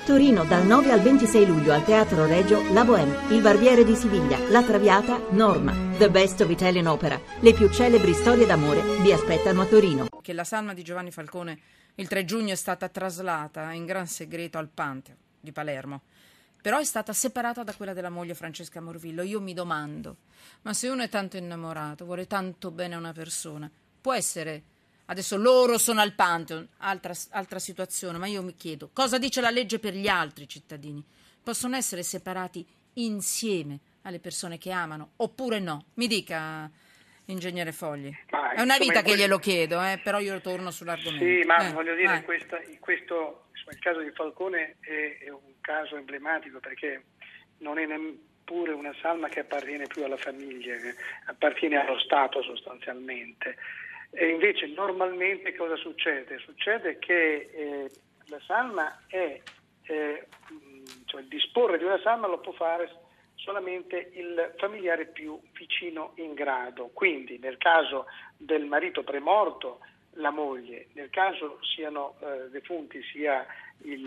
Torino dal 9 al 26 luglio al Teatro Regio La Bohème, Il Barbiere di Siviglia, La Traviata, Norma, The Best of Italian Opera. Le più celebri storie d'amore vi aspettano a Torino. Che la salma di Giovanni Falcone il 3 giugno è stata traslata in gran segreto al Pantheon di Palermo, però è stata separata da quella della moglie Francesca Morvillo. Io mi domando, ma se uno è tanto innamorato, vuole tanto bene a una persona, può essere... Adesso loro sono al Pantheon, altra situazione, ma io mi chiedo, cosa dice la legge per gli altri cittadini? Possono essere separati insieme alle persone che amano, oppure no? Mi dica, ingegnere Fogli. È una vita che glielo chiedo, però io torno sull'argomento. Sì, ma voglio dire, il caso di Falcone è un caso emblematico, perché non è neppure una salma che appartiene più alla famiglia, appartiene allo Stato sostanzialmente. E invece normalmente cosa succede? Succede che la salma cioè il disporre di una salma lo può fare solamente il familiare più vicino in grado. Quindi nel caso del marito premorto la moglie, nel caso siano defunti sia il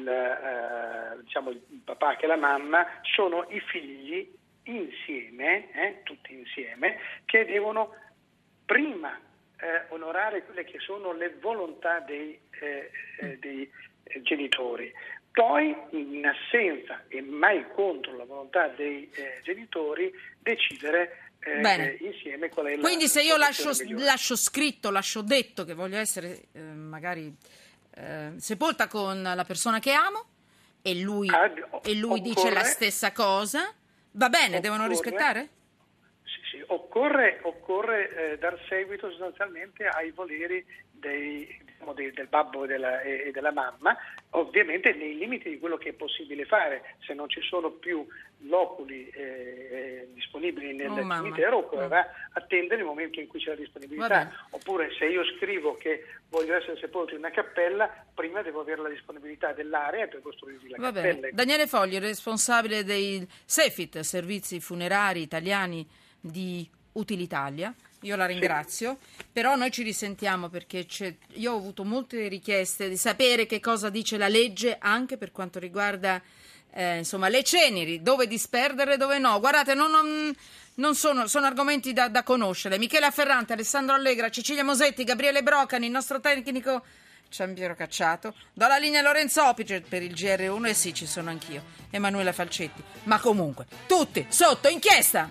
papà che la mamma, sono i figli insieme, tutti insieme, che devono prima onorare quelle che sono le volontà dei genitori. Poi, in assenza e mai contro la volontà dei genitori, decidere insieme qual è la... Quindi se io lascio scritto, lascio detto che voglio essere magari sepolta con la persona che amo e lui dice la stessa cosa, va bene, devono rispettare? Occorre dar seguito sostanzialmente ai voleri del babbo e della mamma, ovviamente nei limiti di quello che è possibile fare. Se non ci sono più loculi disponibili nel cimitero, occorrerà attendere il momento in cui c'è la disponibilità. Oppure se io scrivo che voglio essere sepolto in una cappella, prima devo avere la disponibilità dell'area per costruirvi la cappella. Daniele Fogli, responsabile dei SEFIT, Servizi Funerari Italiani di Utilitalia, io la ringrazio, però noi ci risentiamo perché io ho avuto molte richieste di sapere che cosa dice la legge anche per quanto riguarda le ceneri, dove disperderle e dove no. Guardate, non sono argomenti da conoscere. Michela Ferrante, Alessandro Allegra, Cecilia Mosetti, Gabriele Brocani, il nostro tecnico Giampiero Cacciato, do la linea a Lorenzo Opice per il GR1 e sì, ci sono anch'io, Emanuela Falcetti, ma comunque tutti sotto inchiesta.